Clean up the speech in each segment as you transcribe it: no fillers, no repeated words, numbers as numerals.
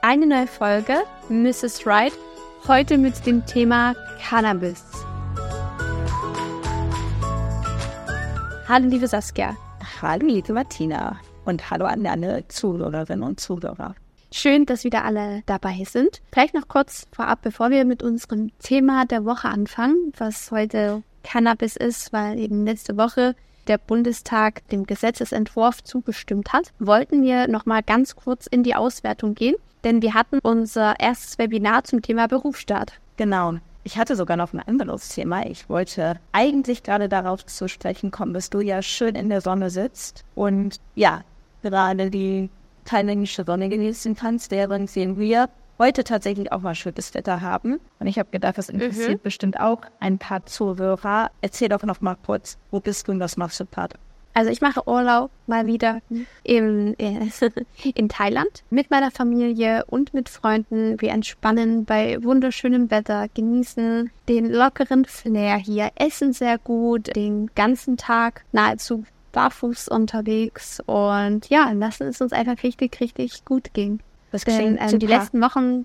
eine neue Folge Mrs. Right, heute mit dem Thema Cannabis. Hallo liebe Saskia. Hallo liebe Martina und hallo an alle Zuhörerinnen und Zuhörer. Schön, dass wieder alle dabei sind. Vielleicht noch kurz vorab, bevor wir mit unserem Thema der Woche anfangen, was heute Cannabis ist, weil eben letzte Woche der Bundestag dem Gesetzesentwurf zugestimmt hat, wollten wir noch mal ganz kurz in die Auswertung gehen, denn wir hatten unser erstes Webinar zum Thema Berufsstaat. Genau. Ich hatte sogar noch ein anderes Thema. Ich wollte eigentlich gerade darauf zu sprechen kommen, dass du ja schön in der Sonne sitzt und ja, gerade die thailändische Sonne genießen kannst, während wir heute tatsächlich auch mal schönes Wetter haben. Und ich habe gedacht, das interessiert bestimmt auch ein paar Zuhörer. Erzähl doch noch mal kurz, wo bist du und was machst du gerade? Also ich mache Urlaub mal wieder in Thailand mit meiner Familie und mit Freunden. Wir entspannen bei wunderschönem Wetter, genießen den lockeren Flair hier, essen sehr gut, den ganzen Tag nahezu barfuß unterwegs und ja, lassen es uns einfach richtig, richtig gut gehen. Denn die letzten Wochen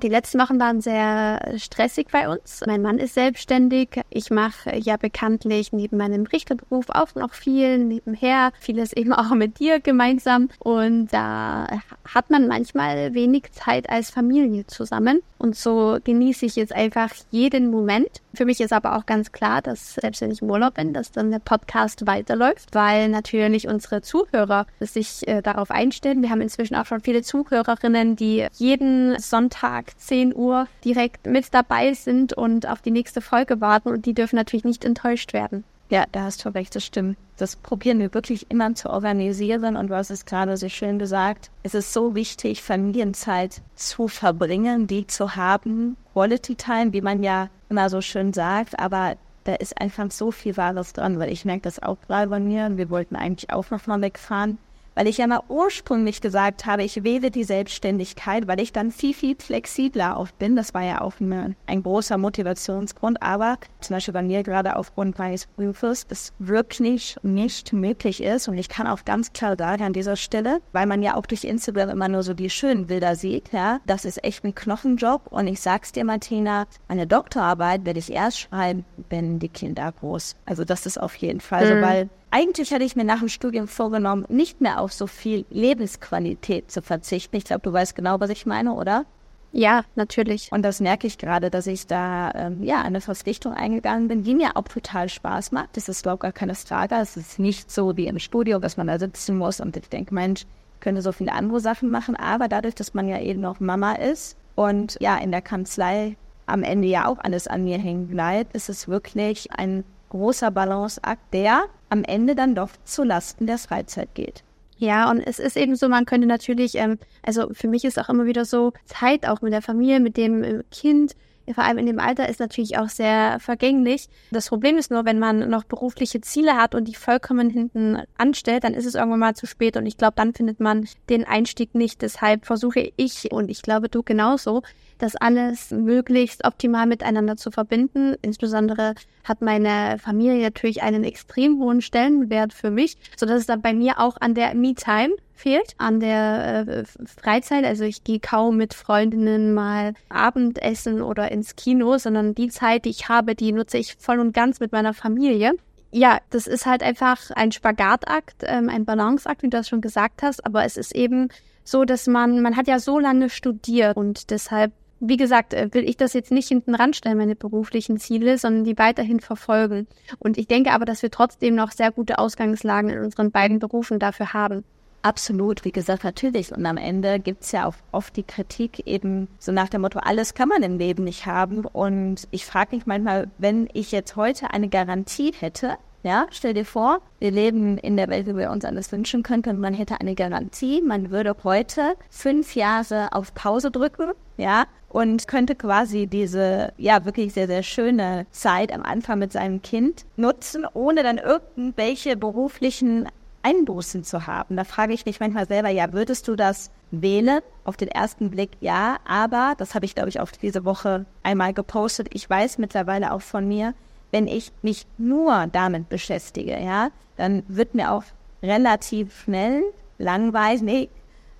waren sehr stressig bei uns. Mein Mann ist selbstständig. Ich mache ja bekanntlich neben meinem Richterberuf auch noch viel nebenher. Vieles eben auch mit dir gemeinsam. Und da hat man manchmal wenig Zeit als Familie zusammen. Und so genieße ich jetzt einfach jeden Moment. Für mich ist aber auch ganz klar, dass selbst wenn ich im Urlaub bin, dass dann der Podcast weiterläuft, weil natürlich unsere Zuhörer sich darauf einstellen. Wir haben inzwischen auch schon viele Zuhörerinnen, die jeden Sonntag 10 Uhr direkt mit dabei sind und auf die nächste Folge warten und die dürfen natürlich nicht enttäuscht werden. Ja, da hast du recht, das stimmt. Das probieren wir wirklich immer zu organisieren und du hast es gerade so schön gesagt. Es ist so wichtig, Familienzeit zu verbringen, die zu haben, Quality Time, wie man ja immer so schön sagt, aber da ist einfach so viel Wahres dran, weil ich merke das auch gerade bei mir und wir wollten eigentlich auch noch mal wegfahren. Weil ich ja mal ursprünglich gesagt habe, ich wähle die Selbstständigkeit, weil ich dann viel, viel flexibler auch bin. Das war ja auch ein großer Motivationsgrund. Aber zum Beispiel bei mir gerade aufgrund meines Berufes es wirklich nicht möglich ist. Und ich kann auch ganz klar sagen an dieser Stelle, weil man ja auch durch Instagram immer nur so die schönen Bilder sieht, ja, das ist echt ein Knochenjob. Und ich sag's dir, Martina, meine Doktorarbeit werde ich erst schreiben, wenn die Kinder groß. Also das ist auf jeden Fall so, weil eigentlich hätte ich mir nach dem Studium vorgenommen, nicht mehr auf so viel Lebensqualität zu verzichten. Ich glaube, du weißt genau, was ich meine, oder? Ja, natürlich. Und das merke ich gerade, dass ich da eine Verpflichtung eingegangen bin, die mir auch total Spaß macht. Das ist überhaupt gar keine Frage. Es ist nicht so wie im Studio, dass man da sitzen muss und ich denke, Mensch, ich könnte so viele andere Sachen machen. Aber dadurch, dass man ja eben noch Mama ist und ja in der Kanzlei am Ende ja auch alles an mir hängen bleibt, ist es wirklich ein großer Balanceakt, der am Ende dann doch zu Lasten der Freizeit geht. Ja, und es ist eben so, man könnte natürlich, also für mich ist auch immer wieder so, Zeit auch mit der Familie, mit dem Kind, vor allem in dem Alter, ist natürlich auch sehr vergänglich. Das Problem ist nur, wenn man noch berufliche Ziele hat und die vollkommen hinten anstellt, dann ist es irgendwann mal zu spät und ich glaube, dann findet man den Einstieg nicht. Deshalb versuche ich, und ich glaube du genauso, das alles möglichst optimal miteinander zu verbinden. Insbesondere hat meine Familie natürlich einen extrem hohen Stellenwert für mich, sodass es dann bei mir auch an der Me-Time fehlt, an der Freizeit. Also ich gehe kaum mit Freundinnen mal Abendessen oder ins Kino, sondern die Zeit, die ich habe, die nutze ich voll und ganz mit meiner Familie. Ja, das ist halt einfach ein Spagatakt, ein Balanceakt, wie du das schon gesagt hast, aber es ist eben so, dass man hat ja so lange studiert und deshalb, wie gesagt, will ich das jetzt nicht hinten ranstellen, meine beruflichen Ziele, sondern die weiterhin verfolgen. Und ich denke aber, dass wir trotzdem noch sehr gute Ausgangslagen in unseren beiden Berufen dafür haben. Absolut, wie gesagt, natürlich. Und am Ende gibt's ja auch oft die Kritik eben so nach dem Motto, alles kann man im Leben nicht haben. Und ich frage mich manchmal, wenn ich jetzt heute eine Garantie hätte, ja, stell dir vor, wir leben in der Welt, wie wir uns alles wünschen könnten und man hätte eine Garantie, man würde heute 5 Jahre auf Pause drücken, ja, und könnte quasi diese, ja, wirklich sehr, sehr schöne Zeit am Anfang mit seinem Kind nutzen, ohne dann irgendwelche beruflichen Einbußen zu haben. Da frage ich mich manchmal selber, ja, würdest du das wählen? Auf den ersten Blick ja, aber, das habe ich, glaube ich, auch diese Woche einmal gepostet, ich weiß mittlerweile auch von mir, wenn ich mich nur damit beschäftige, ja, dann wird mir auch relativ schnell langweilig,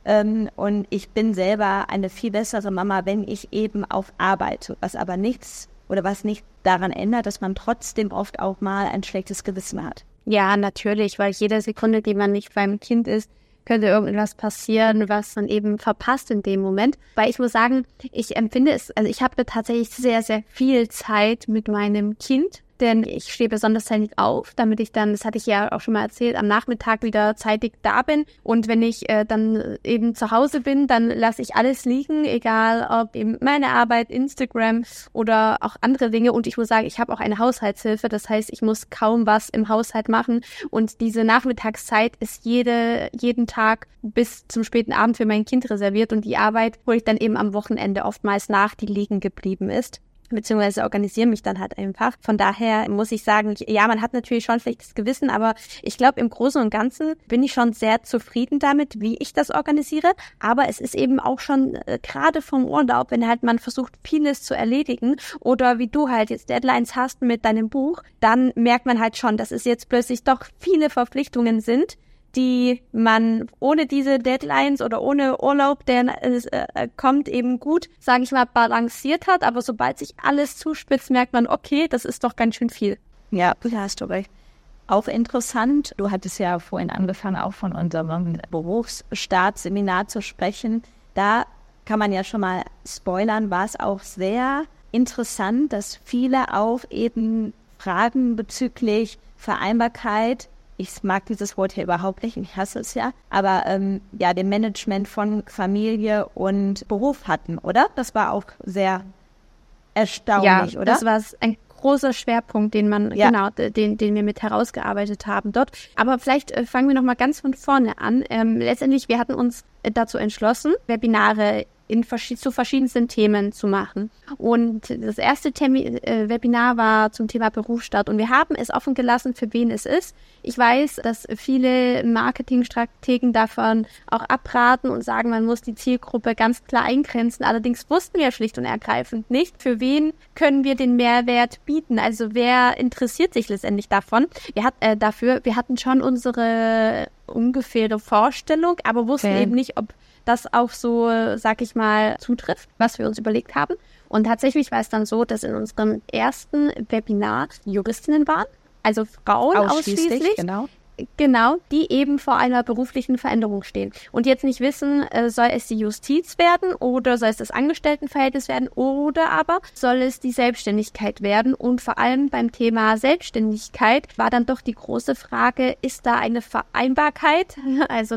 Und ich bin selber eine viel bessere Mama, wenn ich eben auch arbeite, was aber nichts oder was nicht daran ändert, dass man trotzdem oft auch mal ein schlechtes Gewissen hat. Ja, natürlich, weil jede Sekunde, die man nicht beim Kind ist, könnte irgendwas passieren, was man eben verpasst in dem Moment. Weil ich muss sagen, ich empfinde es, also ich habe tatsächlich sehr, sehr viel Zeit mit meinem Kind, denn ich stehe besonders zeitig auf, damit ich dann, das hatte ich ja auch schon mal erzählt, am Nachmittag wieder zeitig da bin. Und wenn ich dann eben zu Hause bin, dann lasse ich alles liegen, egal ob eben meine Arbeit, Instagram oder auch andere Dinge. Und ich muss sagen, ich habe auch eine Haushaltshilfe, das heißt, ich muss kaum was im Haushalt machen. Und diese Nachmittagszeit ist jeden Tag bis zum späten Abend für mein Kind reserviert. Und die Arbeit hole ich dann eben am Wochenende oftmals nach, die liegen geblieben ist. Beziehungsweise organisiere mich dann halt einfach. Von daher muss ich sagen, ja, man hat natürlich schon schlechtes Gewissen, aber ich glaube, im Großen und Ganzen bin ich schon sehr zufrieden damit, wie ich das organisiere. Aber es ist eben auch schon gerade vom Urlaub, wenn halt man versucht, vieles zu erledigen oder wie du halt jetzt Deadlines hast mit deinem Buch, dann merkt man halt schon, dass es jetzt plötzlich doch viele Verpflichtungen sind, die man ohne diese Deadlines oder ohne Urlaub, der kommt, eben gut, sage ich mal, balanciert hat. Aber sobald sich alles zuspitzt, merkt man, okay, das ist doch ganz schön viel. Ja, da hast du recht. Auch interessant, du hattest ja vorhin angefangen, auch von unserem Berufsstartseminar zu sprechen. Da kann man ja schon mal spoilern, war es auch sehr interessant, dass viele auch eben Fragen bezüglich Vereinbarkeit, ich mag dieses Wort hier überhaupt nicht, ich hasse es ja, aber ja, dem Management von Familie und Beruf hatten, oder? Das war auch sehr erstaunlich, ja, oder? Das war ein großer Schwerpunkt, den man, genau, den wir mit herausgearbeitet haben dort. Aber vielleicht fangen wir nochmal ganz von vorne an. Letztendlich, wir hatten uns dazu entschlossen, Webinare zu verschiedensten Themen zu machen. Und das erste Webinar war zum Thema Berufsstart und wir haben es offen gelassen, für wen es ist. Ich weiß, dass viele Marketingstrategen davon auch abraten und sagen, man muss die Zielgruppe ganz klar eingrenzen. Allerdings wussten wir schlicht und ergreifend nicht, für wen können wir den Mehrwert bieten. Also wer interessiert sich letztendlich davon? Wir hatten schon unsere ungefähre Vorstellung, aber wussten eben nicht, ob das auch so, sag ich mal, zutrifft, was wir uns überlegt haben. Und tatsächlich war es dann so, dass in unserem ersten Webinar Juristinnen waren, also Frauen ausschließlich. Genau, die eben vor einer beruflichen Veränderung stehen und jetzt nicht wissen, soll es die Justiz werden oder soll es das Angestelltenverhältnis werden oder aber soll es die Selbstständigkeit werden. Und vor allem beim Thema Selbstständigkeit war dann doch die große Frage, ist da eine Vereinbarkeit, also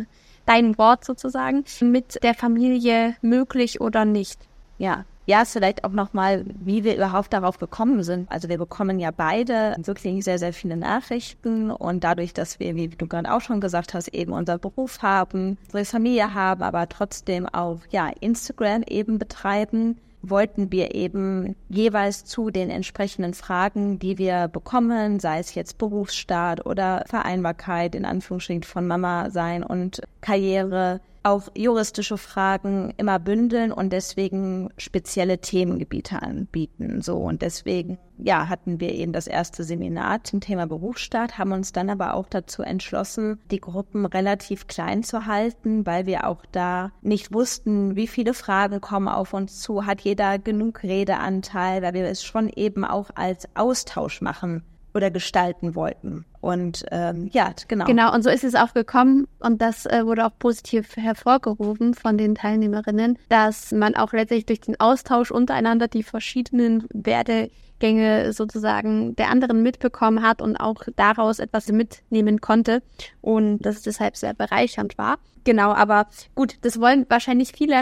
dein Wort sozusagen, mit der Familie möglich oder nicht? Ja, vielleicht auch nochmal, wie wir überhaupt darauf gekommen sind. Also wir bekommen ja beide wirklich sehr, sehr viele Nachrichten und dadurch, dass wir, wie du gerade auch schon gesagt hast, eben unseren Beruf haben, unsere Familie haben, aber trotzdem auch Instagram eben betreiben, wollten wir eben jeweils zu den entsprechenden Fragen, die wir bekommen, sei es jetzt Berufsstart oder Vereinbarkeit in Anführungsstrichen von Mama sein und Karriere, auch juristische Fragen immer bündeln und deswegen spezielle Themengebiete anbieten. So, und deswegen, hatten wir eben das erste Seminar zum Thema Berufsstart, haben uns dann aber auch dazu entschlossen, die Gruppen relativ klein zu halten, weil wir auch da nicht wussten, wie viele Fragen kommen auf uns zu, hat jeder genug Redeanteil, weil wir es schon eben auch als Austausch machen oder gestalten wollten. Und genau. Genau, und so ist es auch gekommen und das wurde auch positiv hervorgerufen von den Teilnehmerinnen, dass man auch letztlich durch den Austausch untereinander die verschiedenen Werdegänge sozusagen der anderen mitbekommen hat und auch daraus etwas mitnehmen konnte und dass es deshalb sehr bereichernd war. Genau, aber gut, das wollen wahrscheinlich viele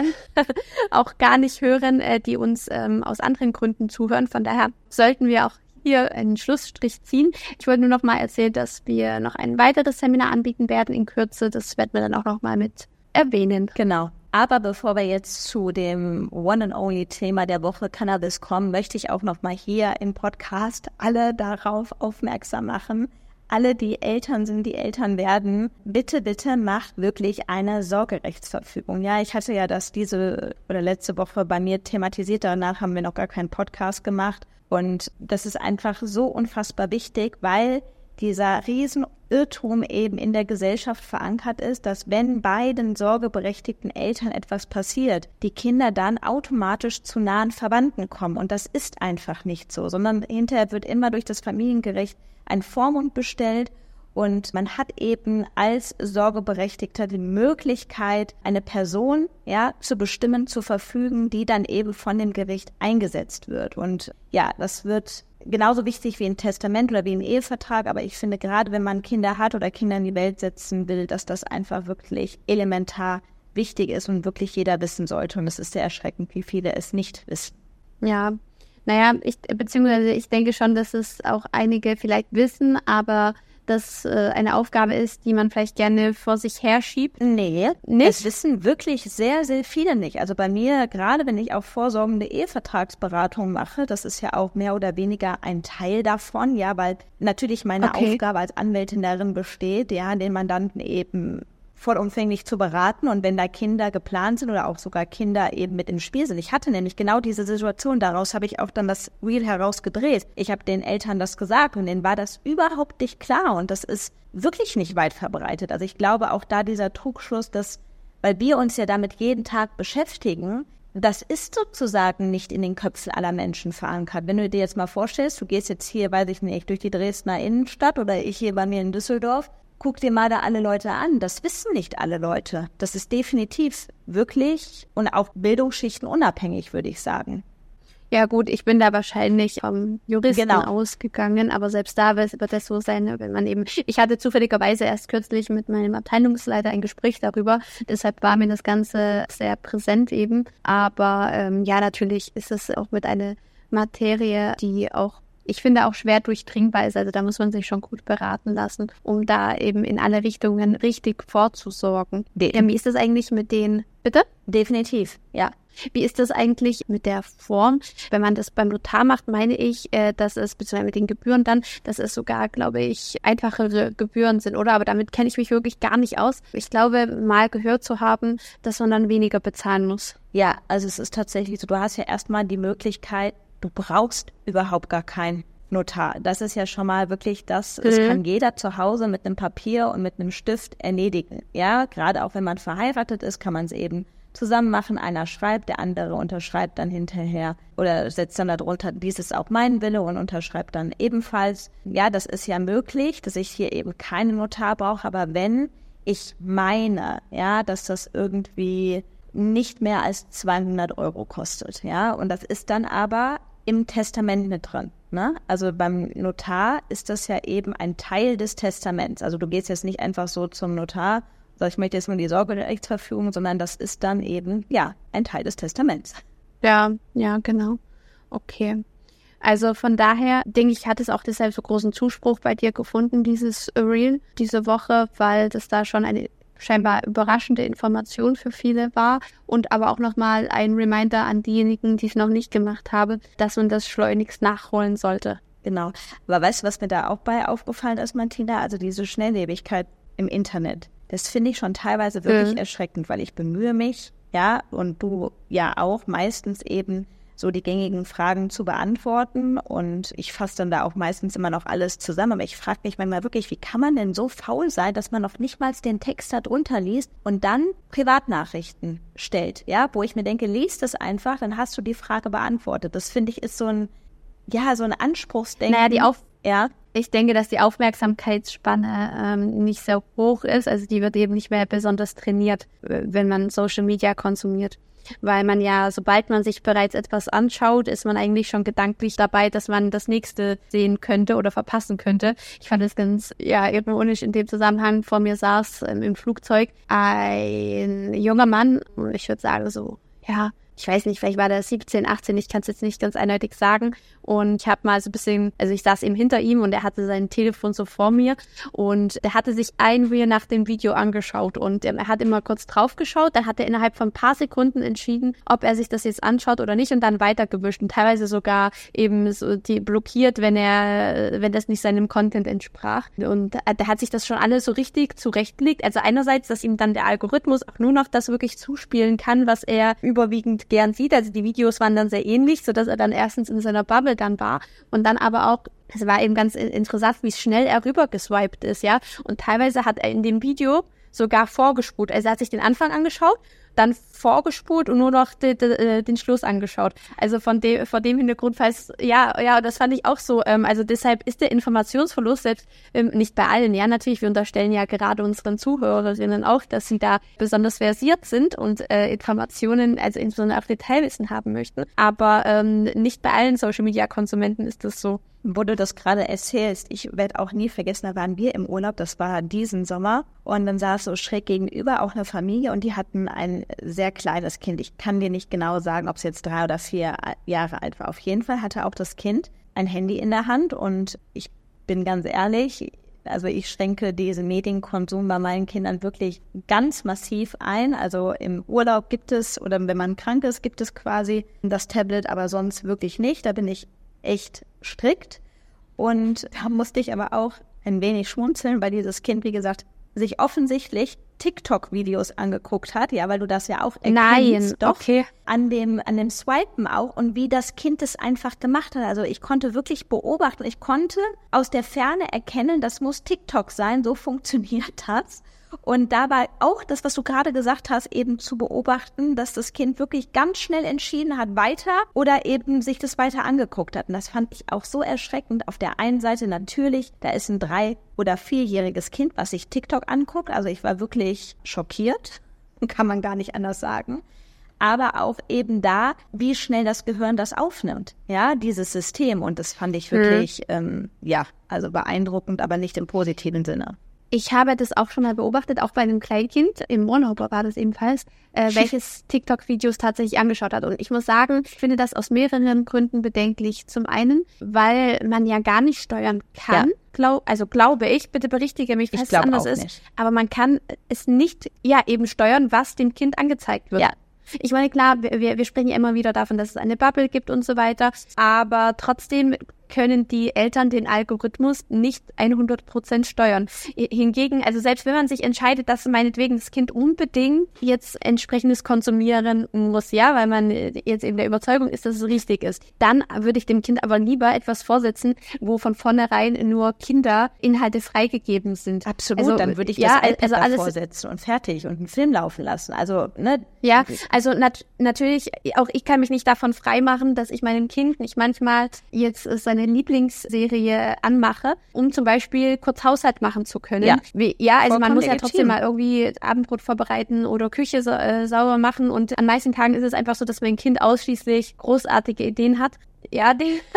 auch gar nicht hören, die uns aus anderen Gründen zuhören. Von daher sollten wir auch hier einen Schlussstrich ziehen. Ich wollte nur noch mal erzählen, dass wir noch ein weiteres Seminar anbieten werden in Kürze. Das werden wir dann auch noch mal mit erwähnen. Genau. Aber bevor wir jetzt zu dem One-and-Only-Thema der Woche Cannabis kommen, möchte ich auch noch mal hier im Podcast alle darauf aufmerksam machen. Alle, die Eltern sind, die Eltern werden, bitte, bitte macht wirklich eine Sorgerechtsverfügung. Ja, ich hatte ja das letzte Woche bei mir thematisiert, danach haben wir noch gar keinen Podcast gemacht. Und das ist einfach so unfassbar wichtig, weil dieser Riesenirrtum eben in der Gesellschaft verankert ist, dass wenn beiden sorgeberechtigten Eltern etwas passiert, die Kinder dann automatisch zu nahen Verwandten kommen. Und das ist einfach nicht so, sondern hinterher wird immer durch das Familiengericht ein Vormund bestellt. Und man hat eben als Sorgeberechtigter die Möglichkeit, eine Person zu bestimmen, zu verfügen, die dann eben von dem Gericht eingesetzt wird. Und ja, das wird genauso wichtig wie ein Testament oder wie ein Ehevertrag. Aber ich finde, gerade wenn man Kinder hat oder Kinder in die Welt setzen will, dass das einfach wirklich elementar wichtig ist und wirklich jeder wissen sollte. Und es ist sehr erschreckend, wie viele es nicht wissen. Ja, naja, ich denke schon, dass es auch einige vielleicht wissen, aber das eine Aufgabe ist, die man vielleicht gerne vor sich herschiebt. Nee, nicht? Das wissen wirklich sehr, sehr viele nicht. Also bei mir, gerade wenn ich auch vorsorgende Ehevertragsberatung mache, das ist ja auch mehr oder weniger ein Teil davon, ja, weil natürlich meine Aufgabe als Anwältin darin besteht, den Mandanten eben vollumfänglich zu beraten und wenn da Kinder geplant sind oder auch sogar Kinder eben mit im Spiel sind. Ich hatte nämlich genau diese Situation, daraus habe ich auch dann das Reel herausgedreht. Ich habe den Eltern das gesagt und denen war das überhaupt nicht klar und das ist wirklich nicht weit verbreitet. Also ich glaube auch da dieser Trugschluss, dass, weil wir uns ja damit jeden Tag beschäftigen, das ist sozusagen nicht in den Köpfen aller Menschen verankert. Wenn du dir jetzt mal vorstellst, du gehst jetzt hier, weiß ich nicht, durch die Dresdner Innenstadt oder ich hier bei mir in Düsseldorf, guck dir mal da alle Leute an. Das wissen nicht alle Leute. Das ist definitiv wirklich und auch Bildungsschichten unabhängig, würde ich sagen. Ja gut, ich bin da wahrscheinlich vom Juristen ausgegangen, aber selbst da wird es so sein, wenn man eben, ich hatte zufälligerweise erst kürzlich mit meinem Abteilungsleiter ein Gespräch darüber, deshalb war mir das Ganze sehr präsent eben, aber natürlich ist es auch mit einer Materie, die auch, ich finde, auch schwer durchdringbar ist. Also da muss man sich schon gut beraten lassen, um da eben in alle Richtungen richtig vorzusorgen. Wie ist das eigentlich mit den, bitte? Definitiv, ja. Wie ist das eigentlich mit der Form? Wenn man das beim Notar macht, meine ich, dass es, beziehungsweise mit den Gebühren dann, dass es sogar, glaube ich, einfachere Gebühren sind, oder? Aber damit kenne ich mich wirklich gar nicht aus. Ich glaube, mal gehört zu haben, dass man dann weniger bezahlen muss. Ja, also es ist tatsächlich so, du hast ja erstmal die Möglichkeit, du brauchst überhaupt gar keinen Notar. Das ist ja schon mal wirklich das kann jeder zu Hause mit einem Papier und mit einem Stift erledigen. Ja, gerade auch wenn man verheiratet ist, kann man es eben zusammen machen. Einer schreibt, der andere unterschreibt dann hinterher oder setzt dann darunter, dies ist auch mein Wille und unterschreibt dann ebenfalls. Ja, das ist ja möglich, dass ich hier eben keinen Notar brauche, aber wenn ich meine, ja, dass das irgendwie nicht mehr als 200 € kostet, ja, und das ist dann aber im Testament mit drin, ne? Also beim Notar ist das ja eben ein Teil des Testaments. Also du gehst jetzt nicht einfach so zum Notar, sagst, ich möchte jetzt mal die Sorgerechtsverfügung, sondern das ist dann eben, ja, ein Teil des Testaments. Ja, genau. Okay. Also von daher denke ich, hat es auch deshalb so großen Zuspruch bei dir gefunden, dieses Reel diese Woche, weil das da schon eine scheinbar überraschende Information für viele war und aber auch nochmal ein Reminder an diejenigen, die es noch nicht gemacht haben, dass man das schleunigst nachholen sollte. Genau. Aber weißt du, was mir da auch bei aufgefallen ist, Martina? Also diese Schnelllebigkeit im Internet. Das finde ich schon teilweise wirklich erschreckend, weil ich bemühe mich, ja, und du ja auch meistens eben so die gängigen Fragen zu beantworten und ich fasse dann da auch meistens immer noch alles zusammen, aber ich frage mich manchmal wirklich, wie kann man denn so faul sein, dass man noch nicht mal den Text da drunter liest und dann Privatnachrichten stellt, ja, wo ich mir denke, lies das einfach, dann hast du die Frage beantwortet. Das finde ich ist so ein Anspruchsdenken. Ich denke, dass die Aufmerksamkeitsspanne nicht so hoch ist, also die wird eben nicht mehr besonders trainiert, wenn man Social Media konsumiert. Weil man ja, sobald man sich bereits etwas anschaut, ist man eigentlich schon gedanklich dabei, dass man das nächste sehen könnte oder verpassen könnte. Ich fand es ganz, ironisch in dem Zusammenhang. Vor mir saß im Flugzeug ein junger Mann, ich würde sagen so, ich weiß nicht, vielleicht war der 17, 18, ich kann es jetzt nicht ganz eindeutig sagen. Und ich habe mal so ein bisschen, also ich saß eben hinter ihm und er hatte sein Telefon so vor mir und der hatte sich ein Reel nach dem Video angeschaut und er hat immer kurz drauf geschaut, dann hat er innerhalb von ein paar Sekunden entschieden, ob er sich das jetzt anschaut oder nicht und dann weitergewischt und teilweise sogar eben so die blockiert, wenn das nicht seinem Content entsprach. Und der hat sich das schon alles so richtig zurechtgelegt. Also einerseits, dass ihm dann der Algorithmus auch nur noch das wirklich zuspielen kann, was er überwiegend gern sieht. Also die Videos waren dann sehr ähnlich, sodass er dann erstens in seiner Bubble dann war und dann aber auch es war eben ganz interessant, wie schnell er rübergeswiped ist, ja. Und teilweise hat er in dem Video sogar vorgespult. Also er hat sich den Anfang angeschaut, dann vorgespult und nur noch den Schluss angeschaut. Also vor dem Hintergrund, ja, das fand ich auch so. Also deshalb ist der Informationsverlust selbst nicht bei allen. Ja, natürlich, wir unterstellen ja gerade unseren Zuhörerinnen auch, dass sie da besonders versiert sind und Informationen, also insbesondere auch Detailwissen haben möchten. Aber nicht bei allen Social-Media-Konsumenten ist das so. Wo du das gerade erzählst, ich werde auch nie vergessen, da waren wir im Urlaub, das war diesen Sommer und dann saß so schräg gegenüber auch eine Familie und die hatten ein sehr kleines Kind. Ich kann dir nicht genau sagen, ob es jetzt 3 oder 4 Jahre alt war. Auf jeden Fall hatte auch das Kind ein Handy in der Hand und ich bin ganz ehrlich, also ich schränke diesen Medienkonsum bei meinen Kindern wirklich ganz massiv ein. Also im Urlaub gibt es oder wenn man krank ist, gibt es quasi das Tablet, aber sonst wirklich nicht. Da bin ich echt strikt und da musste ich aber auch ein wenig schmunzeln, weil dieses Kind, wie gesagt, sich offensichtlich TikTok-Videos angeguckt hat, ja, weil du das ja auch erkennst. Nein, doch, okay. An dem Swipen auch und wie das Kind es einfach gemacht hat. Also ich konnte wirklich beobachten, ich konnte aus der Ferne erkennen, das muss TikTok sein, so funktioniert das. Und dabei auch das, was du gerade gesagt hast, eben zu beobachten, dass das Kind wirklich ganz schnell entschieden hat, weiter oder eben sich das weiter angeguckt hat. Und das fand ich auch so erschreckend. Auf der einen Seite natürlich, da ist ein 3- oder 4-jähriges Kind, was sich TikTok anguckt. Also ich war wirklich schockiert, kann man gar nicht anders sagen. Aber auch eben da, wie schnell das Gehirn das aufnimmt, ja, dieses System. Und das fand ich wirklich, also beeindruckend, aber nicht im positiven Sinne. Ich habe das auch schon mal beobachtet, auch bei einem Kleinkind, im Urlaub war das ebenfalls, welches TikTok-Videos tatsächlich angeschaut hat. Und ich muss sagen, ich finde das aus mehreren Gründen bedenklich. Zum einen, weil man ja gar nicht steuern kann, glaube ich, bitte berichtige mich, falls es anders ist, nicht. Aber man kann es nicht eben steuern, was dem Kind angezeigt wird. Ja. Ich meine, klar, wir sprechen ja immer wieder davon, dass es eine Bubble gibt und so weiter, aber trotzdem können die Eltern den Algorithmus nicht 100% steuern. Hingegen, also selbst wenn man sich entscheidet, dass meinetwegen das Kind unbedingt jetzt entsprechendes konsumieren muss, ja, weil man jetzt eben der Überzeugung ist, dass es richtig ist, dann würde ich dem Kind aber lieber etwas vorsetzen, wo von vornherein nur Kinderinhalte freigegeben sind. Absolut, also, dann würde ich das iPad alles vorsetzen und fertig und einen Film laufen lassen. Also, ne? Ja, also natürlich, auch ich kann mich nicht davon freimachen, dass ich meinem Kind nicht manchmal jetzt seine Lieblingsserie anmache, um zum Beispiel kurz Haushalt machen zu können. Ja, also man muss ja trotzdem mal irgendwie Abendbrot vorbereiten oder Küche sauber machen und an meisten Tagen ist es einfach so, dass mein Kind ausschließlich großartige Ideen hat. Ja,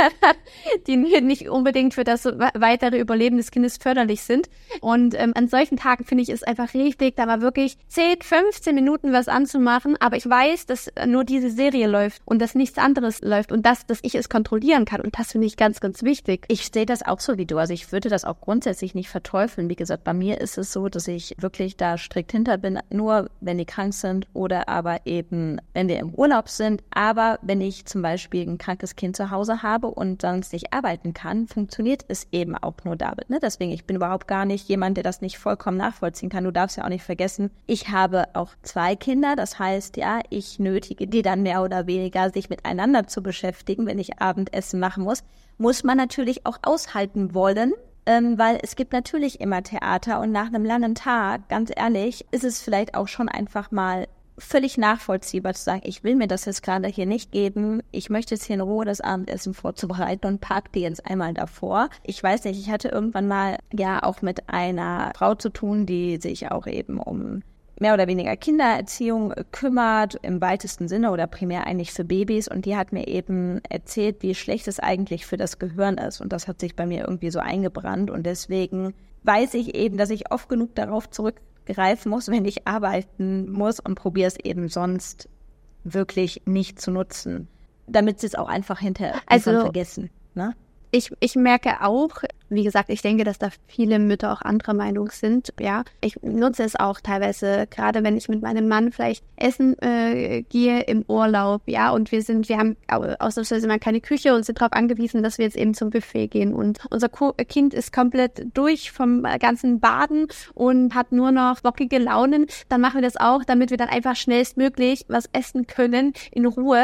die nicht unbedingt für das weitere Überleben des Kindes förderlich sind. Und an solchen Tagen finde ich es einfach richtig, da mal wirklich 10, 15 Minuten was anzumachen. Aber ich weiß, dass nur diese Serie läuft und dass nichts anderes läuft und dass ich es kontrollieren kann. Und das finde ich ganz, ganz wichtig. Ich sehe das auch so wie du. Also ich würde das auch grundsätzlich nicht verteufeln. Wie gesagt, bei mir ist es so, dass ich wirklich da strikt hinter bin. Nur wenn die krank sind oder aber eben, wenn wir im Urlaub sind. Aber wenn ich zum Beispiel ein krankes Kind zu Hause habe und sonst nicht arbeiten kann, funktioniert es eben auch nur damit. Ne? Deswegen, ich bin überhaupt gar nicht jemand, der das nicht vollkommen nachvollziehen kann. Du darfst ja auch nicht vergessen, ich habe auch 2 Kinder. Das heißt, ja, ich nötige die dann mehr oder weniger, sich miteinander zu beschäftigen, wenn ich Abendessen machen muss man natürlich auch aushalten wollen, weil es gibt natürlich immer Theater und nach einem langen Tag, ganz ehrlich, ist es vielleicht auch schon einfach mal völlig nachvollziehbar zu sagen, ich will mir das jetzt gerade hier nicht geben, ich möchte jetzt hier in Ruhe das Abendessen vorzubereiten und park die jetzt einmal davor. Ich weiß nicht, ich hatte irgendwann mal ja auch mit einer Frau zu tun, die sich auch eben um mehr oder weniger Kindererziehung kümmert, im weitesten Sinne oder primär eigentlich für Babys und die hat mir eben erzählt, wie schlecht es eigentlich für das Gehirn ist und das hat sich bei mir irgendwie so eingebrannt und deswegen weiß ich eben, dass ich oft genug darauf zurückgreifen muss, wenn ich arbeiten muss und probiere es eben sonst wirklich nicht zu nutzen, damit sie es auch einfach hinterher vergessen, ne? Ich merke auch, wie gesagt, ich denke, dass da viele Mütter auch anderer Meinung sind. Ja, ich nutze es auch teilweise, gerade wenn ich mit meinem Mann vielleicht essen gehe im Urlaub, ja, und wir haben ausnahmsweise mal keine Küche und sind darauf angewiesen, dass wir jetzt eben zum Buffet gehen. Und unser Kind ist komplett durch vom ganzen Baden und hat nur noch bockige Launen. Dann machen wir das auch, damit wir dann einfach schnellstmöglich was essen können in Ruhe.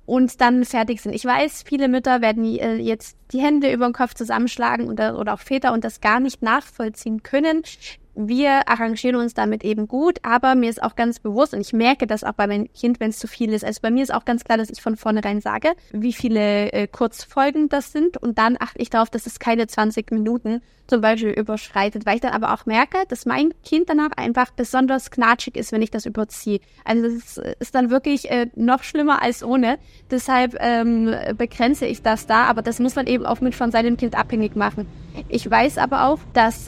und dann fertig sind. Ich weiß, viele Mütter werden jetzt die Hände über den Kopf zusammenschlagen oder auch Väter und das gar nicht nachvollziehen können. Wir arrangieren uns damit eben gut, aber mir ist auch ganz bewusst und ich merke das auch bei meinem Kind, wenn es zu viel ist. Also bei mir ist auch ganz klar, dass ich von vornherein sage, wie viele Kurzfolgen das sind und dann achte ich darauf, dass es keine 20 Minuten zum Beispiel überschreitet, weil ich dann aber auch merke, dass mein Kind danach einfach besonders knatschig ist, wenn ich das überziehe. Also das ist dann wirklich noch schlimmer als ohne. Deshalb begrenze ich das da, aber das muss man eben auch mit von seinem Kind abhängig machen. Ich weiß aber auch, dass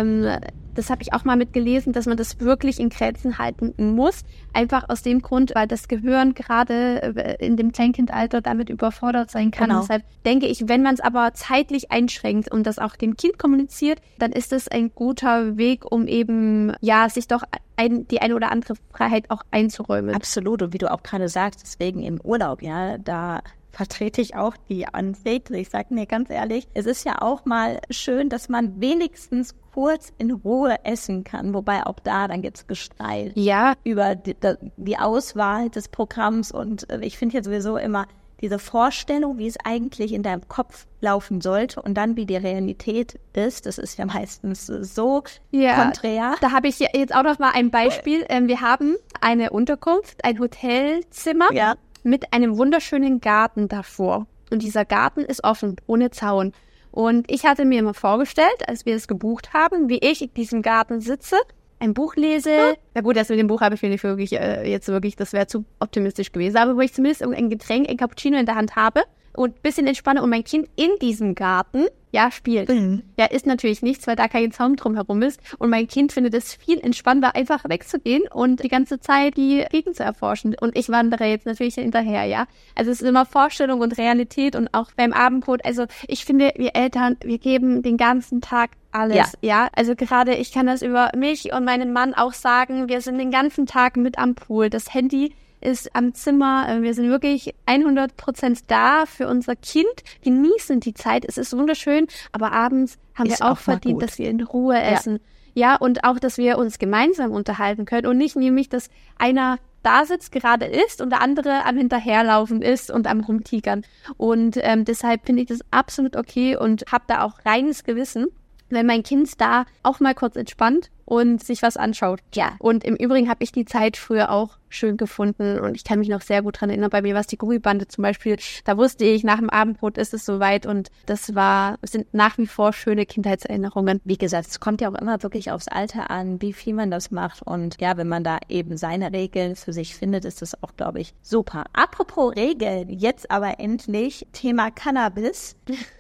das habe ich auch mal mitgelesen, dass man das wirklich in Grenzen halten muss. Einfach aus dem Grund, weil das Gehirn gerade in dem Kleinkindalter damit überfordert sein kann. Genau. Deshalb denke ich, wenn man es aber zeitlich einschränkt und das auch dem Kind kommuniziert, dann ist das ein guter Weg, um eben, ja, sich doch die eine oder andere Freiheit auch einzuräumen. Absolut. Und wie du auch gerade sagst, deswegen im Urlaub, ja, da vertrete ich auch die Ansicht. Ich sage mir ganz ehrlich, es ist ja auch mal schön, dass man wenigstens kurz in Ruhe essen kann. Wobei auch da, dann gibt's Gestreit über die Auswahl des Programms. Und ich finde ja sowieso immer diese Vorstellung, wie es eigentlich in deinem Kopf laufen sollte und dann wie die Realität ist, das ist ja meistens so konträr. Da habe ich jetzt auch noch mal ein Beispiel. Wir haben eine Unterkunft, ein Hotelzimmer. Ja. Mit einem wunderschönen Garten davor. Und dieser Garten ist offen, ohne Zaun. Und ich hatte mir immer vorgestellt, als wir es gebucht haben, wie ich in diesem Garten sitze, ein Buch lese. Na gut, das mit dem Buch habe ich mir nicht wirklich, das wäre zu optimistisch gewesen. Aber wo ich zumindest irgendein Getränk, ein Cappuccino in der Hand habe und ein bisschen entspanne und mein Kind in diesem Garten, spielt. Ja, ist natürlich nichts, weil da kein Zaun drumherum ist. Und mein Kind findet es viel entspannter, einfach wegzugehen und die ganze Zeit die Gegend zu erforschen. Und ich wandere jetzt natürlich hinterher, ja. Also es ist immer Vorstellung und Realität und auch beim Abendbrot. Also ich finde, wir Eltern, wir geben den ganzen Tag alles, ja. Also gerade, ich kann das über mich und meinen Mann auch sagen, wir sind den ganzen Tag mit am Pool. Das Handy ist am Zimmer. Wir sind wirklich 100% da für unser Kind, genießen die Zeit. Es ist wunderschön, aber abends haben wir auch verdient, dass wir in Ruhe essen. Ja, und auch, dass wir uns gemeinsam unterhalten können und nicht nämlich, dass einer da sitzt, gerade isst und der andere am Hinterherlaufen ist und am Rumtigern. Und deshalb finde ich das absolut okay und habe da auch reines Gewissen, wenn mein Kind da auch mal kurz entspannt und sich was anschaut. Ja. Und im Übrigen habe ich die Zeit früher auch schön gefunden und ich kann mich noch sehr gut dran erinnern, bei mir war es die Gummibande zum Beispiel. Da wusste ich, nach dem Abendbrot ist es soweit und es sind nach wie vor schöne Kindheitserinnerungen. Wie gesagt, es kommt ja auch immer wirklich aufs Alter an, wie viel man das macht und ja, wenn man da eben seine Regeln für sich findet, ist das auch, glaube ich, super. Apropos Regeln, jetzt aber endlich Thema Cannabis.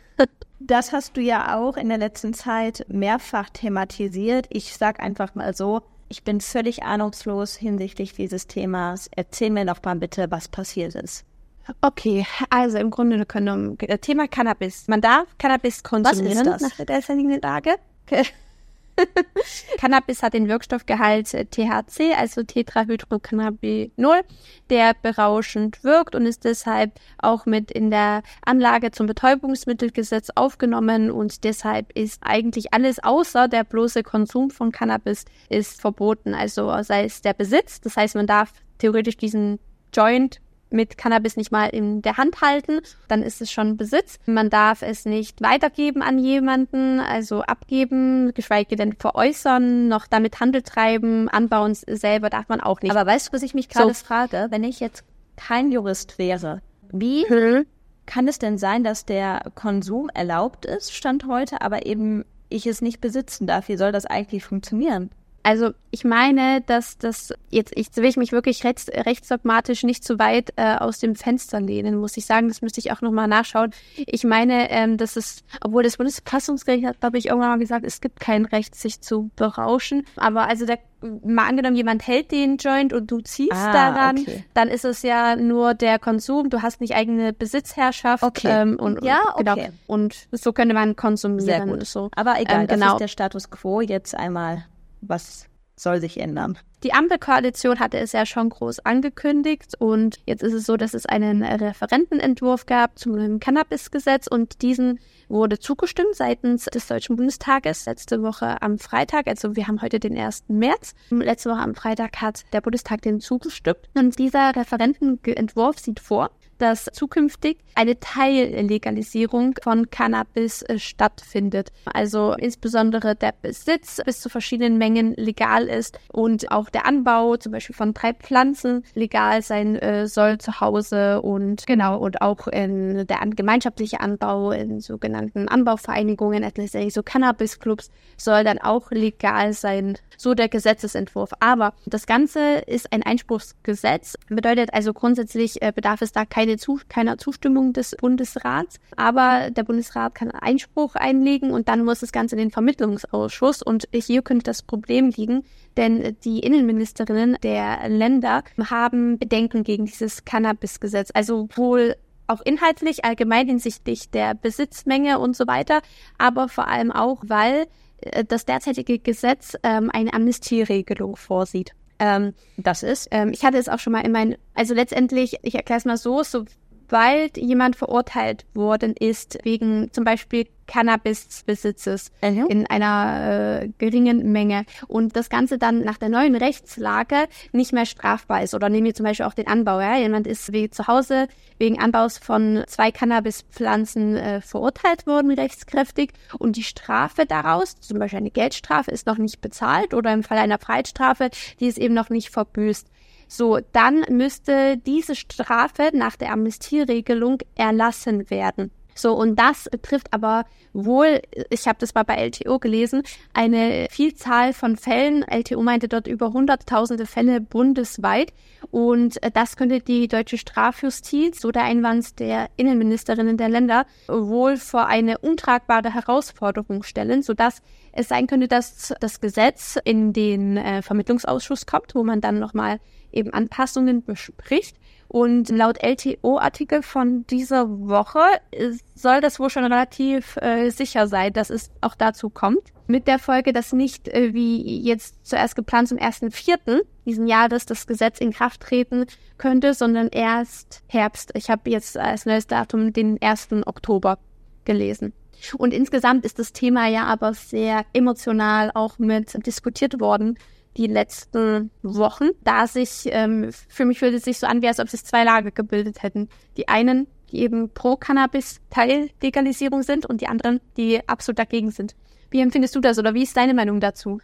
Das hast du ja auch in der letzten Zeit mehrfach thematisiert. Ich sag einfach mal so, ich bin völlig ahnungslos hinsichtlich dieses Themas. Erzähl mir doch mal bitte, was passiert ist. Okay, also im Grunde genommen, Thema Cannabis. Man darf Cannabis konsumieren. Was ist das? Nach der derzeitigen Lage. Cannabis hat den Wirkstoffgehalt THC, also Tetrahydrocannabinol, der berauschend wirkt und ist deshalb auch mit in der Anlage zum Betäubungsmittelgesetz aufgenommen und deshalb ist eigentlich alles außer der bloße Konsum von Cannabis ist verboten, also sei es der Besitz, das heißt man darf theoretisch diesen Joint mit Cannabis nicht mal in der Hand halten, dann ist es schon Besitz. Man darf es nicht weitergeben an jemanden, also abgeben, geschweige denn veräußern, noch damit Handel treiben, anbauen selber darf man auch nicht. Aber weißt du, was ich mich gerade frage? Wenn ich jetzt kein Jurist wäre, wie kann es denn sein, dass der Konsum erlaubt ist, Stand heute, aber eben ich es nicht besitzen darf? Wie soll das eigentlich funktionieren? Also ich meine, dass das jetzt, ich will mich wirklich rechtsdogmatisch nicht zu weit aus dem Fenster lehnen, muss ich sagen. Das müsste ich auch nochmal nachschauen. Ich meine, dass es, obwohl das Bundesverfassungsgericht hat, glaube ich, irgendwann mal gesagt, es gibt kein Recht, sich zu berauschen. Aber also mal angenommen, jemand hält den Joint und du ziehst daran, dann ist es ja nur der Konsum. Du hast nicht eigene Besitzherrschaft. Okay. Genau. Und so könnte man konsumieren. Sehr gut. So. Aber egal, das ist der Status quo. Jetzt einmal, was soll sich ändern? Die Ampelkoalition hatte es ja schon groß angekündigt und jetzt ist es so, dass es einen Referentenentwurf gab zum Cannabisgesetz und diesen wurde zugestimmt seitens des Deutschen Bundestages letzte Woche am Freitag, also wir haben heute den 1. März. Letzte Woche am Freitag hat der Bundestag den zugestimmt und dieser Referentenentwurf sieht vor, dass zukünftig eine Teillegalisierung von Cannabis stattfindet. Also insbesondere der Besitz bis zu verschiedenen Mengen legal ist und auch der Anbau zum Beispiel von 3 Pflanzen legal sein soll zu Hause und auch der gemeinschaftliche Anbau in sogenannten Anbauvereinigungen, letztendlich so Cannabis-Clubs, soll dann auch legal sein, so der Gesetzesentwurf. Aber das Ganze ist ein Einspruchsgesetz, bedeutet also grundsätzlich bedarf es da keiner Zustimmung des Bundesrats, aber der Bundesrat kann Einspruch einlegen und dann muss das Ganze in den Vermittlungsausschuss und hier könnte das Problem liegen, denn die Innenministerinnen der Länder haben Bedenken gegen dieses Cannabis-Gesetz, also wohl auch inhaltlich, allgemein hinsichtlich der Besitzmenge und so weiter, aber vor allem auch, weil das derzeitige Gesetz eine Amnestieregelung vorsieht. Das ist, ich hatte es auch schon mal also letztendlich, ich erkläre es mal so, sobald jemand verurteilt worden ist wegen zum Beispiel Cannabisbesitzes in einer geringen Menge und das Ganze dann nach der neuen Rechtslage nicht mehr strafbar ist. Oder nehmen wir zum Beispiel auch den Anbau. Ja? Jemand ist zu Hause wegen Anbaus von 2 Cannabispflanzen verurteilt worden, rechtskräftig, und die Strafe daraus, zum Beispiel eine Geldstrafe, ist noch nicht bezahlt oder im Fall einer Freiheitsstrafe, die ist eben noch nicht verbüßt. So, dann müsste diese Strafe nach der Amnestieregelung erlassen werden. So, und das betrifft aber wohl, ich habe das mal bei LTO gelesen, eine Vielzahl von Fällen. LTO meinte dort über 100.000 Fälle bundesweit. Und das könnte die deutsche Strafjustiz, so der Einwand der Innenministerinnen der Länder, wohl vor eine untragbare Herausforderung stellen, sodass es sein könnte, dass das Gesetz in den Vermittlungsausschuss kommt, wo man dann nochmal eben Anpassungen bespricht. Und laut LTO-Artikel von dieser Woche soll das wohl schon relativ sicher sein, dass es auch dazu kommt. Mit der Folge, dass nicht wie jetzt zuerst geplant zum 1.4. diesen Jahres das Gesetz in Kraft treten könnte, sondern erst Herbst. Ich habe jetzt als neues Datum den 1. Oktober gelesen. Und insgesamt ist das Thema ja aber sehr emotional auch mit diskutiert worden die letzten Wochen, da für mich fühlt es sich so an, wie als ob sich 2 Lager gebildet hätten. Die einen, die eben pro Cannabis-Teillegalisierung sind und die anderen, die absolut dagegen sind. Wie empfindest du das oder wie ist deine Meinung dazu?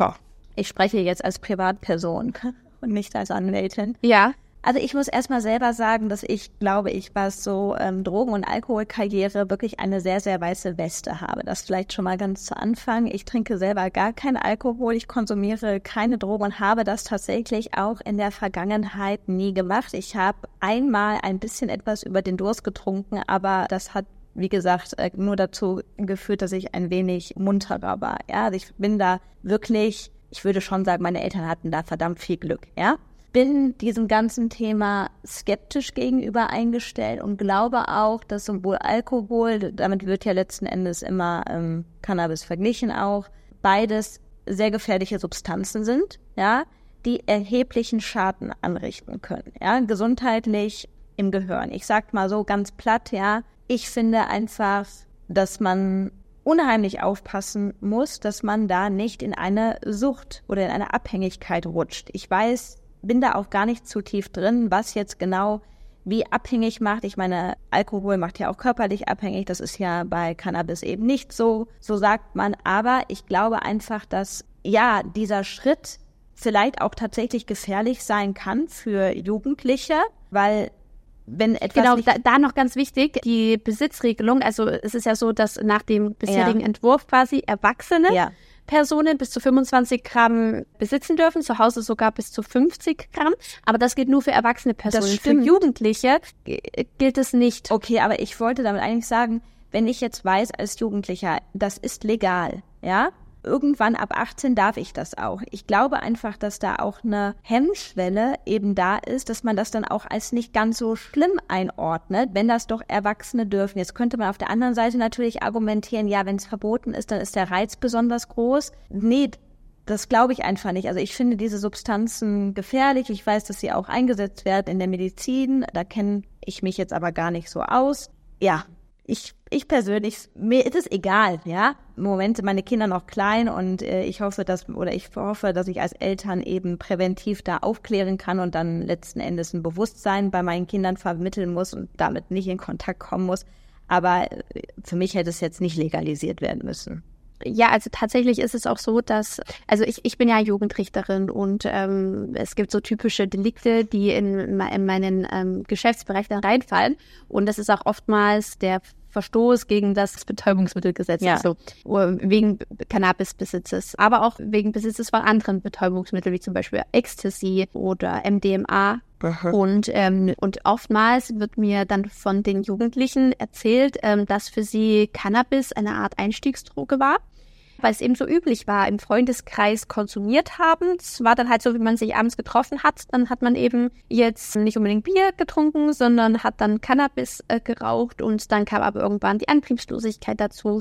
Ich spreche jetzt als Privatperson und nicht als Anwältin. Ja. Also ich muss erstmal selber sagen, dass ich glaube, was so Drogen- und Alkoholkarriere wirklich eine sehr, sehr weiße Weste habe. Das vielleicht schon mal ganz zu Anfang. Ich trinke selber gar keinen Alkohol, ich konsumiere keine Drogen und habe das tatsächlich auch in der Vergangenheit nie gemacht. Ich habe einmal ein bisschen etwas über den Durst getrunken, aber das hat, wie gesagt, nur dazu geführt, dass ich ein wenig munterer war. Ja, also ich bin da wirklich, ich würde schon sagen, meine Eltern hatten da verdammt viel Glück, ja. Bin diesem ganzen Thema skeptisch gegenüber eingestellt und glaube auch, dass sowohl Alkohol, damit wird ja letzten Endes immer Cannabis verglichen auch, beides sehr gefährliche Substanzen sind, ja, die erheblichen Schaden anrichten können, ja, gesundheitlich im Gehirn. Ich sag mal so ganz platt, ja, ich finde einfach, dass man unheimlich aufpassen muss, dass man da nicht in eine Sucht oder in eine Abhängigkeit rutscht. Ich bin da auch gar nicht zu tief drin, was jetzt genau wie abhängig macht. Ich meine, Alkohol macht ja auch körperlich abhängig. Das ist ja bei Cannabis eben nicht so sagt man. Aber ich glaube einfach, dass ja dieser Schritt vielleicht auch tatsächlich gefährlich sein kann für Jugendliche, weil wenn etwas da noch ganz wichtig, die Besitzregelung, also es ist ja so, dass nach dem bisherigen Entwurf quasi Erwachsene Personen bis zu 25 Gramm besitzen dürfen, zu Hause sogar bis zu 50 Gramm. Aber das gilt nur für erwachsene Personen. Das stimmt. Für Jugendliche gilt es nicht. Okay, aber ich wollte damit eigentlich sagen, wenn ich jetzt weiß als Jugendlicher, das ist legal, ja, irgendwann ab 18 darf ich das auch. Ich glaube einfach, dass da auch eine Hemmschwelle eben da ist, dass man das dann auch als nicht ganz so schlimm einordnet, wenn das doch Erwachsene dürfen. Jetzt könnte man auf der anderen Seite natürlich argumentieren, ja, wenn es verboten ist, dann ist der Reiz besonders groß. Nee, das glaube ich einfach nicht. Also ich finde diese Substanzen gefährlich. Ich weiß, dass sie auch eingesetzt werden in der Medizin. Da kenne ich mich jetzt aber gar nicht so aus. Ja, Ich persönlich, mir ist es egal, ja. Im Moment sind meine Kinder noch klein und ich hoffe, dass ich als Eltern eben präventiv da aufklären kann und dann letzten Endes ein Bewusstsein bei meinen Kindern vermitteln muss und damit nicht in Kontakt kommen muss. Aber für mich hätte es jetzt nicht legalisiert werden müssen. Ja, also tatsächlich ist es auch so, dass, also ich bin ja Jugendrichterin und es gibt so typische Delikte, die in meinen Geschäftsbereich dann reinfallen und das ist auch oftmals der Verstoß gegen das Betäubungsmittelgesetz, also wegen Cannabisbesitzes, aber auch wegen Besitzes von anderen Betäubungsmitteln, wie zum Beispiel Ecstasy oder MDMA. Und oftmals wird mir dann von den Jugendlichen erzählt, dass für sie Cannabis eine Art Einstiegsdroge war, weil es eben so üblich war, im Freundeskreis konsumiert haben. Es war dann halt so, wie man sich abends getroffen hat. Dann hat man eben jetzt nicht unbedingt Bier getrunken, sondern hat dann Cannabis geraucht und dann kam aber irgendwann die Antriebslosigkeit dazu,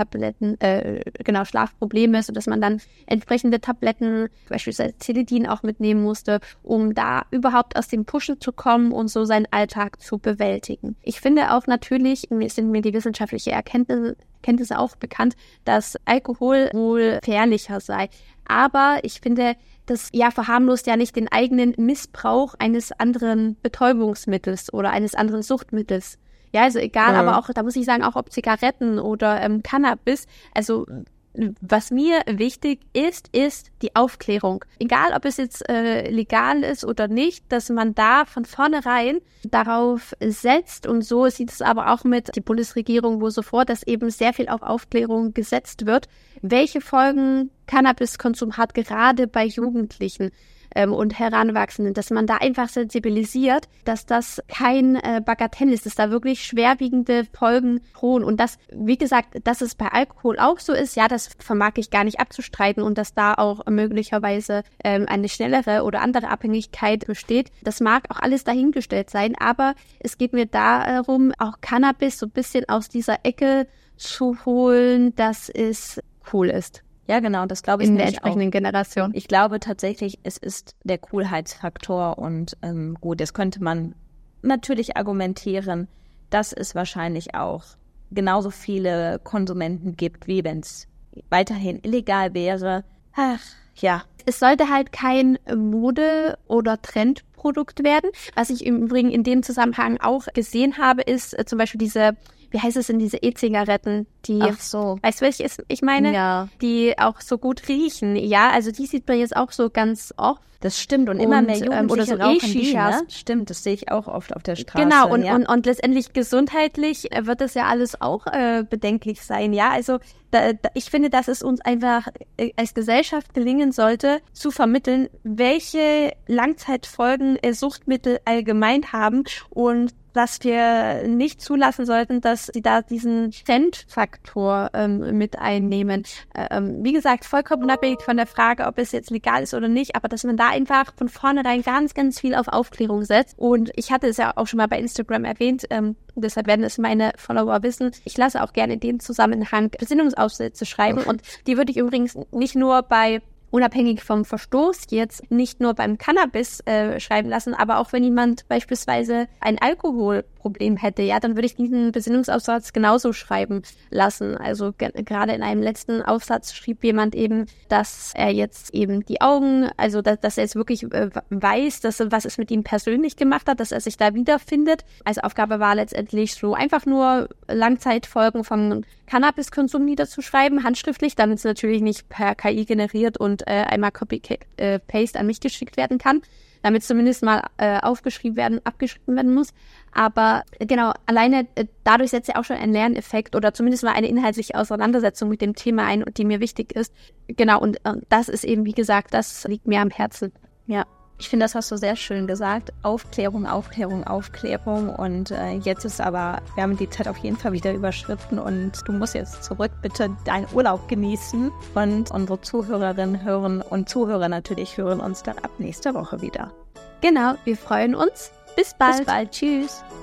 Schlafprobleme, sodass man dann entsprechende Tabletten, beispielsweise Cetidin auch mitnehmen musste, um da überhaupt aus dem Pushen zu kommen und so seinen Alltag zu bewältigen. Ich finde auch natürlich, sind mir die wissenschaftliche Erkenntnisse auch bekannt, dass Alkohol wohl gefährlicher sei. Aber ich finde, das verharmlost ja nicht den eigenen Missbrauch eines anderen Betäubungsmittels oder eines anderen Suchtmittels. Ja, also egal, aber auch, da muss ich sagen, auch ob Zigaretten oder Cannabis, also was mir wichtig ist die Aufklärung. Egal, ob es jetzt legal ist oder nicht, dass man da von vornherein darauf setzt. Und so sieht es aber auch mit der Bundesregierung wohl so vor, dass eben sehr viel auf Aufklärung gesetzt wird, welche Folgen Cannabiskonsum hat, gerade bei Jugendlichen und Heranwachsenden, dass man da einfach sensibilisiert, dass das kein Bagatell ist, dass da wirklich schwerwiegende Folgen drohen. Und das, wie gesagt, dass es bei Alkohol auch so ist, ja, das vermag ich gar nicht abzustreiten und dass da auch möglicherweise eine schnellere oder andere Abhängigkeit besteht. Das mag auch alles dahingestellt sein, aber es geht mir darum, auch Cannabis so ein bisschen aus dieser Ecke zu holen, dass es cool ist. Ja, genau, das glaube ich in der entsprechenden Generation. Ich glaube tatsächlich, es ist der Coolheitsfaktor und gut, jetzt könnte man natürlich argumentieren, dass es wahrscheinlich auch genauso viele Konsumenten gibt, wie wenn es weiterhin illegal wäre. Ach, ja. Es sollte halt kein Mode- oder Trendprodukt werden. Was ich im Übrigen in dem Zusammenhang auch gesehen habe, ist zum Beispiel diese E-Zigaretten, die, weißt du, welche ich meine? Ja. Die auch so gut riechen, ja, also die sieht man jetzt auch so ganz oft. Das stimmt und immer mehr Jugendliche oder so rauchen E-Shishas. Die, ne? Stimmt, das sehe ich auch oft auf der Straße. Genau, und letztendlich gesundheitlich wird das ja alles auch bedenklich sein, ja, also ich finde, dass es uns einfach als Gesellschaft gelingen sollte, zu vermitteln, welche Langzeitfolgen Suchtmittel allgemein haben und dass wir nicht zulassen sollten, dass sie da diesen Trendfaktor mit einnehmen. Wie gesagt, vollkommen unabhängig von der Frage, ob es jetzt legal ist oder nicht, aber dass man da einfach von vornherein ganz, ganz viel auf Aufklärung setzt. Und ich hatte es ja auch schon mal bei Instagram erwähnt, deshalb werden es meine Follower wissen. Ich lasse auch gerne in dem Zusammenhang Besinnungsaufsätze schreiben und die würde ich übrigens nicht nur unabhängig vom Verstoß jetzt nicht nur beim Cannabis schreiben lassen, aber auch wenn jemand beispielsweise ein Alkoholproblem hätte, ja, dann würde ich diesen Besinnungsaufsatz genauso schreiben lassen. Also gerade in einem letzten Aufsatz schrieb jemand eben, dass er jetzt eben die Augen, also dass er jetzt wirklich weiß, was es mit ihm persönlich gemacht hat, dass er sich da wiederfindet. Also Aufgabe war letztendlich so einfach nur Langzeitfolgen vom Cannabiskonsum niederzuschreiben, handschriftlich, damit es natürlich nicht per KI generiert und einmal Copy-Paste an mich geschickt werden kann, damit zumindest mal abgeschrieben werden muss. Aber genau, alleine dadurch setzt ja auch schon ein Lerneffekt oder zumindest mal eine inhaltliche Auseinandersetzung mit dem Thema ein, die mir wichtig ist. Genau, und das ist eben, wie gesagt, das liegt mir am Herzen. Ja. Ich finde, das hast du sehr schön gesagt. Aufklärung. Und jetzt ist aber, wir haben die Zeit auf jeden Fall wieder überschritten und du musst jetzt zurück, bitte deinen Urlaub genießen. Und unsere Zuhörerinnen und Zuhörer natürlich hören uns dann ab nächster Woche wieder. Genau, wir freuen uns. Bis bald. Bis bald. Tschüss.